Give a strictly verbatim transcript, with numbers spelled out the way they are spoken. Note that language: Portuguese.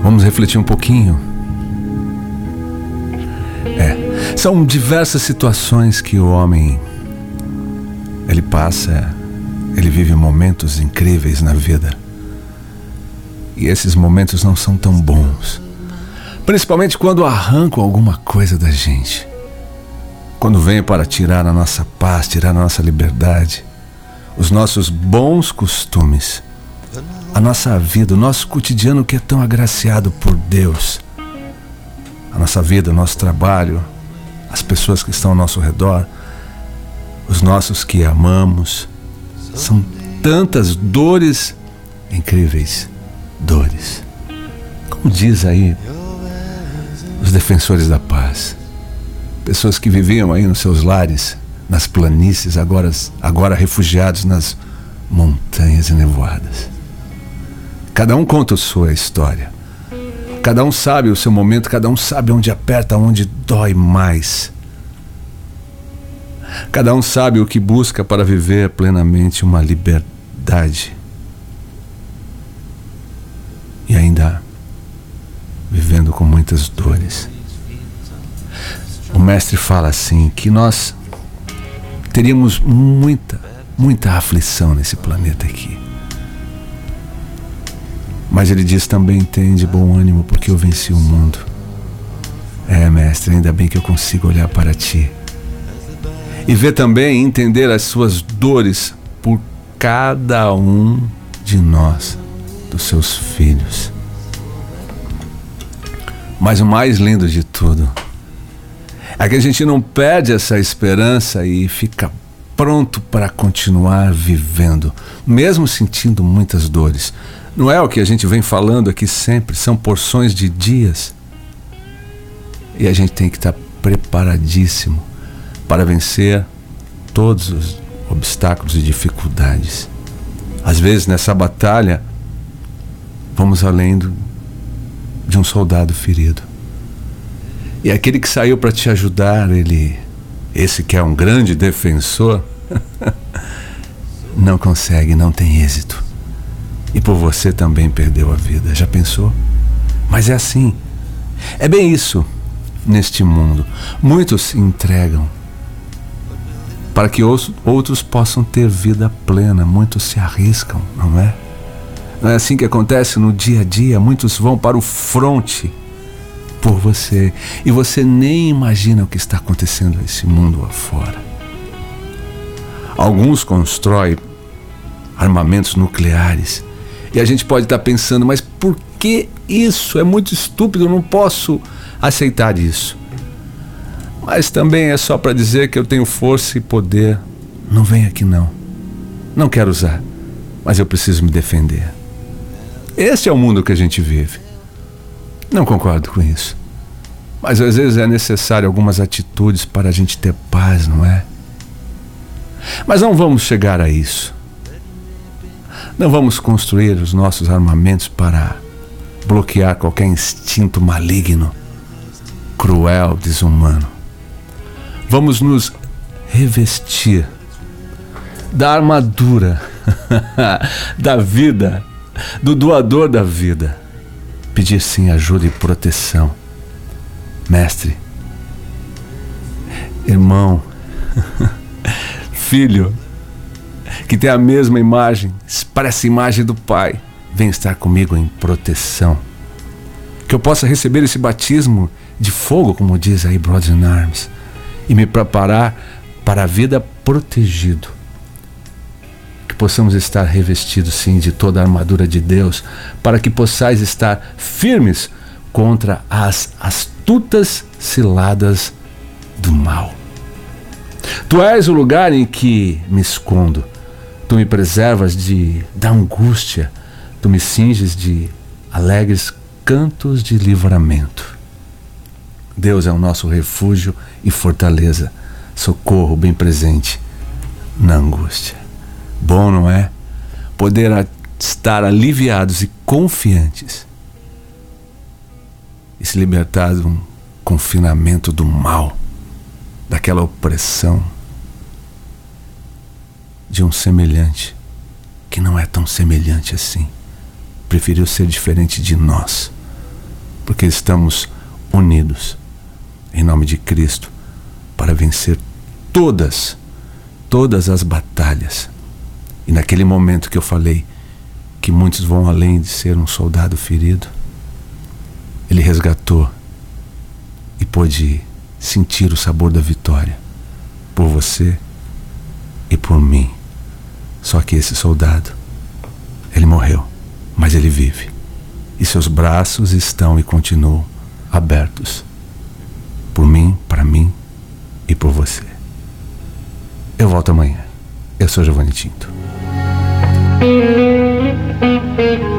Vamos refletir um pouquinho. É, são diversas situações que o homem ele passa, ele vive momentos incríveis na vida. E esses momentos não são tão bons, principalmente quando arrancam alguma coisa da gente, quando vem para tirar a nossa paz, tirar a nossa liberdade, os nossos bons costumes, a nossa vida, o nosso cotidiano que é tão agraciado por Deus. A nossa vida, o nosso trabalho, as pessoas que estão ao nosso redor, os nossos que amamos. São tantas dores incríveis, dores. Como diz aí os defensores da paz, pessoas que viviam aí nos seus lares, nas planícies, agora, agora refugiados nas montanhas enevoadas. Cada um conta a sua história. Cada um sabe o seu momento, cada um sabe onde aperta, onde dói mais. Cada um sabe o que busca para viver plenamente uma liberdade. E ainda vivendo com muitas dores. O mestre fala assim, que nós teríamos muita, muita aflição nesse planeta aqui. Mas ele diz também, tem de bom ânimo, porque eu venci o mundo. É, mestre, ainda bem que eu consigo olhar para ti e ver também, entender as suas dores por cada um de nós, dos seus filhos. Mas o mais lindo de tudo é que a gente não perde essa esperança e fica pronto para continuar vivendo, mesmo sentindo muitas dores. Não é o que a gente vem falando aqui sempre, são porções de dias. E a gente tem que estar preparadíssimo para vencer todos os obstáculos e dificuldades. Às vezes nessa batalha, vamos além do, de um soldado ferido. E aquele que saiu para te ajudar, ele, esse que é um grande defensor, não consegue, não tem êxito. E por você também perdeu a vida. Já pensou? Mas é assim. É bem isso neste mundo. Muitos se entregam para que outros possam ter vida plena. Muitos se arriscam, não é? Não é assim que acontece no dia a dia? Muitos vão para o fronte por você. E você nem imagina o que está acontecendo nesse mundo afora. Alguns constroem armamentos nucleares. E a gente pode estar pensando, mas por que isso? É muito estúpido, eu não posso aceitar isso. Mas também é só para dizer que eu tenho força e poder. Não vem aqui não. Não quero usar, mas eu preciso me defender. Esse é o mundo que a gente vive. Não concordo com isso. Mas às vezes é necessário algumas atitudes para a gente ter paz, não é? Mas não vamos chegar a isso. Não vamos construir os nossos armamentos para bloquear qualquer instinto maligno, cruel, desumano. Vamos nos revestir da armadura da vida, do doador da vida. Pedir sim ajuda e proteção. Mestre, irmão, filho, que tem a mesma imagem, parece a imagem do Pai, vem estar comigo em proteção. Que eu possa receber esse batismo de fogo, como diz aí Brothers in Arms, e me preparar para a vida protegido. Que possamos estar revestidos sim de toda a armadura de Deus, para que possais estar firmes contra as astutas ciladas do mal. Tu és o lugar em que me escondo. Tu me preservas de, da angústia. Tu me cinges de alegres cantos de livramento. Deus é o nosso refúgio e fortaleza, socorro bem presente na angústia. Bom, não é? Poder estar aliviados e confiantes e se libertar de um confinamento do mal, daquela opressão de um semelhante que não é tão semelhante assim. Preferiu ser diferente de nós. porque estamos unidos em nome de Cristo para vencer todas, todas as batalhas. E naquele momento que eu falei que muitos vão além de ser um soldado ferido, Ele resgatou e pôde sentir o sabor da vitória por você e por mim. Só que esse soldado, ele morreu, mas ele vive. E seus braços estão e continuam abertos por mim, para mim e por você. Eu volto amanhã. Eu sou Giovanni Tinto.